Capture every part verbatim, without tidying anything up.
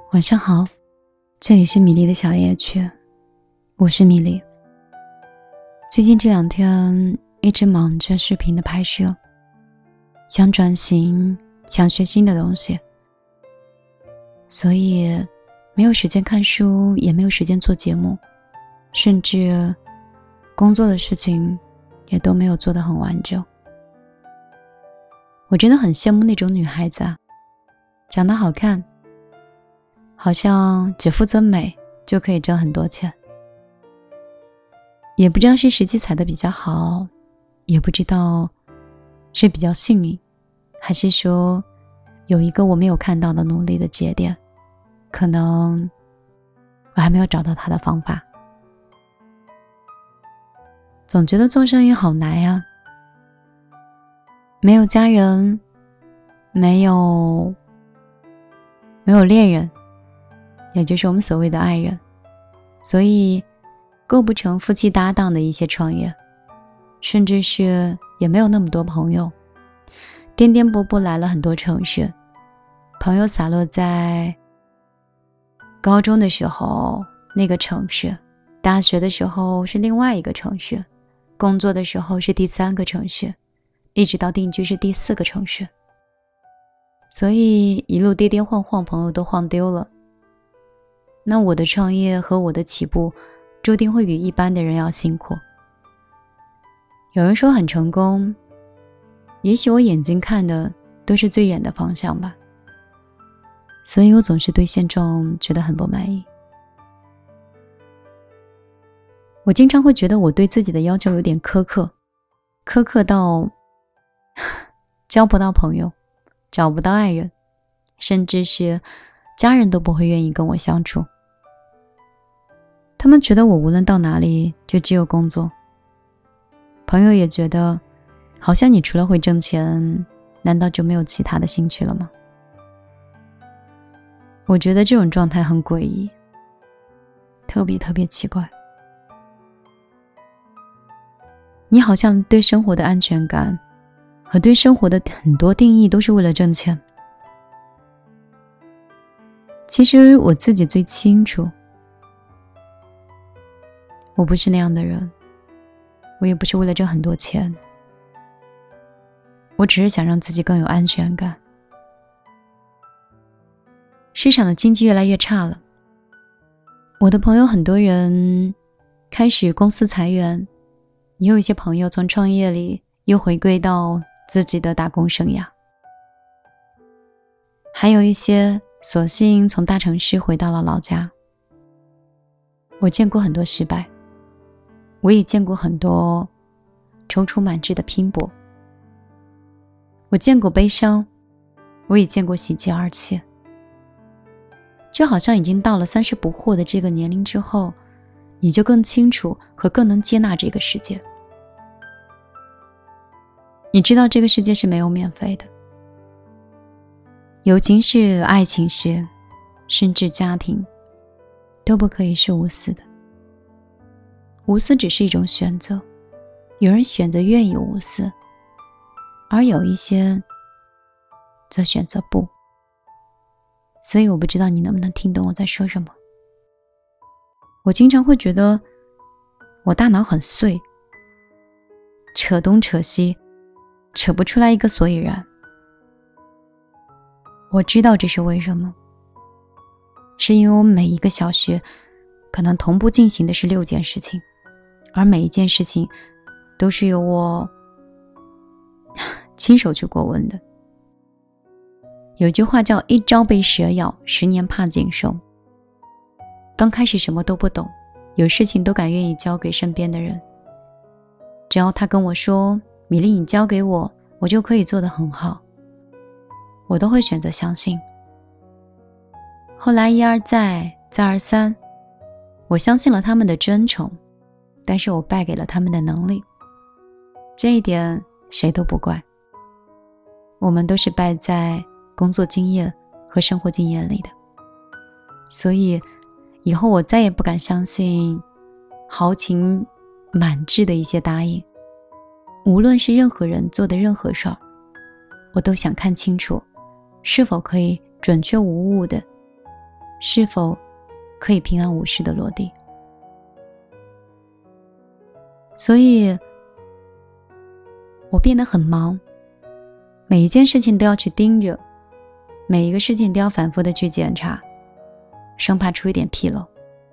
晚上好，这里是米粒的小夜曲，我是米粒。最近这两天一直忙着视频的拍摄，想转型，想学新的东西，所以没有时间看书，也没有时间做节目，甚至工作的事情也都没有做得很完整。我真的很羡慕那种女孩子啊，长得好看，好像只负责美就可以挣很多钱。也不知道是时机踩得比较好，也不知道是比较幸运，还是说有一个我没有看到的努力的节点，可能我还没有找到它的方法。总觉得做生意好难呀，没有家人，没有没有恋人，也就是我们所谓的爱人，所以构不成夫妻搭档的一些创业，甚至是也没有那么多朋友，颠颠簸簸来了很多城市，朋友洒落在高中的时候那个城市，大学的时候是另外一个城市，工作的时候是第三个城市，一直到定居是第四个城市，所以一路跌跌晃晃，朋友都晃丢了。那我的创业和我的起步注定会比一般的人要辛苦。有人说很成功，也许我眼睛看的都是最远的方向吧，所以我总是对现状觉得很不满意。我经常会觉得我对自己的要求有点苛刻，苛刻到交不到朋友，找不到爱人，甚至是家人都不会愿意跟我相处。他们觉得我无论到哪里就只有工作，朋友也觉得好像你除了会挣钱，难道就没有其他的兴趣了吗？我觉得这种状态很诡异，特别特别奇怪。你好像对生活的安全感和对生活的很多定义都是为了挣钱。其实我自己最清楚，我不是那样的人，我也不是为了挣很多钱，我只是想让自己更有安全感。市场的经济越来越差了，我的朋友很多人开始公司裁员，也有一些朋友从创业里又回归到自己的打工生涯，还有一些索性从大城市回到了老家。我见过很多失败，我也见过很多踌躇满志的拼搏，我见过悲伤，我也见过喜极而泣。就好像已经到了三十不惑的这个年龄之后，你就更清楚和更能接纳这个世界。你知道这个世界是没有免费的，友情是，爱情是，甚至家庭都不可以是无私的。无私只是一种选择，有人选择愿意无私，而有一些则选择不。所以我不知道你能不能听懂我在说什么。我经常会觉得我大脑很碎，扯东扯西，扯不出来一个所以然。我知道这是为什么，是因为我每一个小时可能同步进行的是六件事情，而每一件事情都是由我亲手去过问的。有一句话叫一朝被蛇咬，十年怕井绳。刚开始什么都不懂，有事情都敢愿意交给身边的人，只要他跟我说，米粒你交给我，我就可以做得很好，我都会选择相信。后来一而再再而三，我相信了他们的真诚，但是我败给了他们的能力。这一点谁都不怪，我们都是败在工作经验和生活经验里的。所以以后我再也不敢相信豪情满志的一些答应，无论是任何人做的任何事儿，我都想看清楚是否可以准确无误的是否可以平安无事的落地。所以我变得很忙，每一件事情都要去盯着，每一个事情都要反复的去检查，生怕出一点纰漏。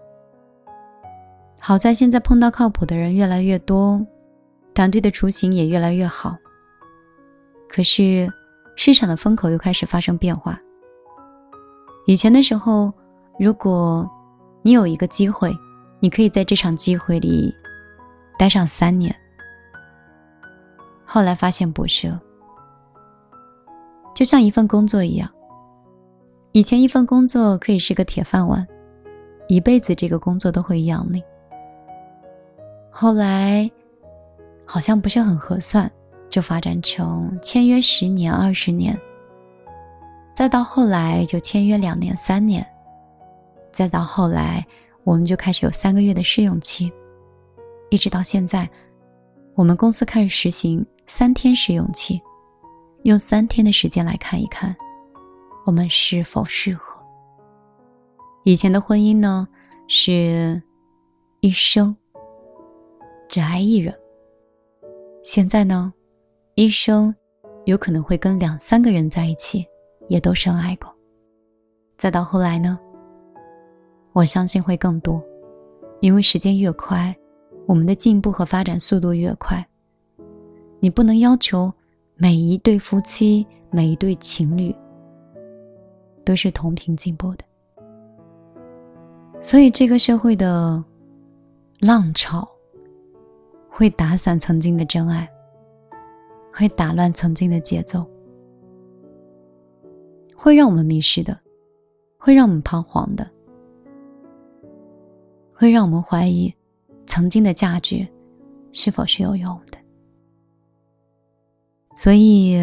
好在现在碰到靠谱的人越来越多，团队的雏形也越来越好。可是市场的风口又开始发生变化。以前的时候，如果你有一个机会，你可以在这场机会里待上三年。后来发现不是了，就像一份工作一样，以前一份工作可以是个铁饭碗，一辈子这个工作都会养你。后来好像不是很合算，就发展成签约十年、二十年，再到后来就签约两年、三年，再到后来我们就开始有三个月的试用期，一直到现在，我们公司开始实行三天试用期，用三天的时间来看一看我们是否适合。以前的婚姻呢，是一生只爱一人，现在呢，一生有可能会跟两三个人在一起，也都深爱过。再到后来呢，我相信会更多，因为时间越快，我们的进步和发展速度越快。你不能要求每一对夫妻、每一对情侣都是同频进步的。所以这个社会的浪潮会打散曾经的真爱，会打乱曾经的节奏，会让我们迷失的，会让我们彷徨的，会让我们怀疑曾经的价值是否是有用的。所以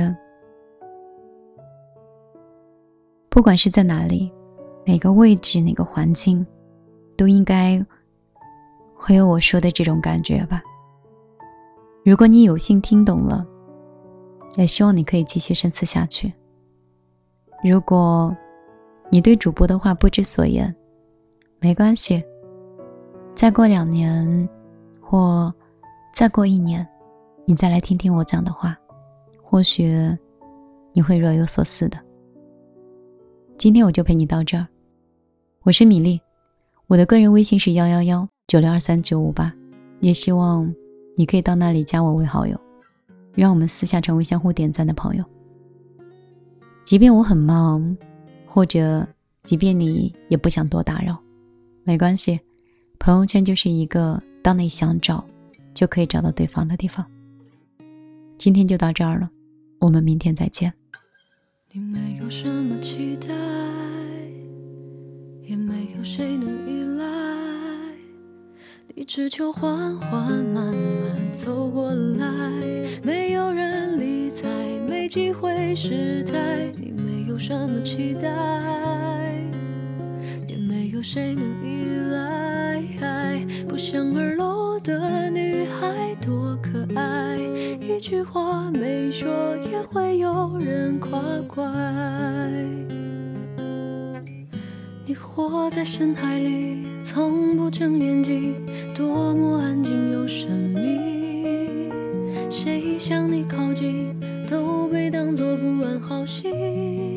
不管是在哪里，哪个位置，哪个环境，都应该会有我说的这种感觉吧。如果你有幸听懂了，也希望你可以继续深思下去。如果你对主播的话不知所言，没关系，再过两年或再过一年，你再来听听我讲的话，或许你会若有所思的。今天我就陪你到这儿，我是米粒，我的个人微信是幺幺幺九六二三九五八，也希望你可以到那里加我为好友，让我们私下成为相互点赞的朋友。即便我很忙，或者即便你也不想多打扰，没关系，朋友圈就是一个当你想找就可以找到对方的地方。今天就到这儿了，我们明天再见。 你没有什么期待，也没有谁能依赖，你只求缓缓慢慢走过来，没有人理睬，没机会失态。你没有什么期待，也没有谁能依赖，不想而漏的女孩多可爱，一句话没说也会有人夸怪。你活在深海里，从不睁眼睛，多么安静又神秘，谁向你靠近都被当作不安好心，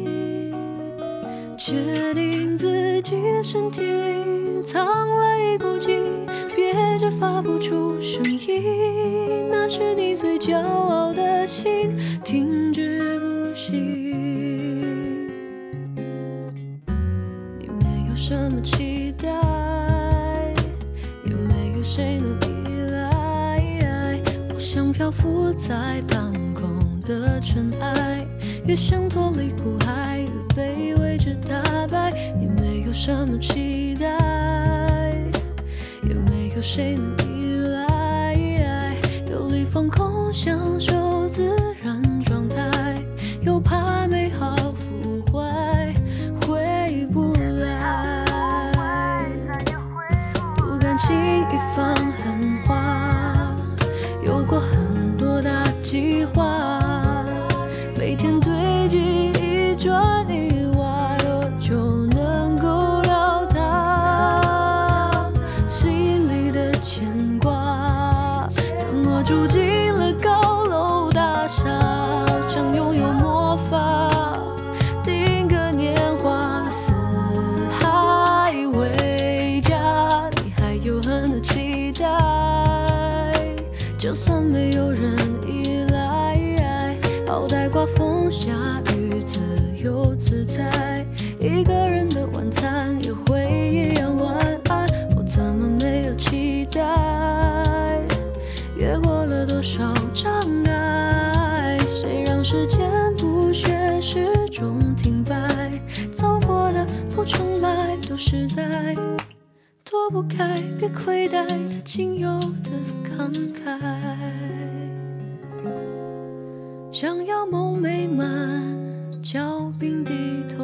确定自己的身体里藏了一股劲，憋着发不出声音，那是你最骄傲的心停止不行。你没有什么期待，也没有谁能依赖，我想漂浮在半空的尘埃，越想脱离苦海，越被位置打败。你没有什么期待，也没有谁能依赖，游离放空享受自然状态，又怕美好腐坏回不来，不敢轻易放狠话，有过很多大计划，每天堆积一砖一瓦，多久能够了一个人的晚餐也会一样晚安。我怎么没有期待？越过了多少障碍？谁让时间不学始终停摆？走过的不重来，都是在躲不开，别亏待他仅有的慷慨。想要梦美满，脚并低头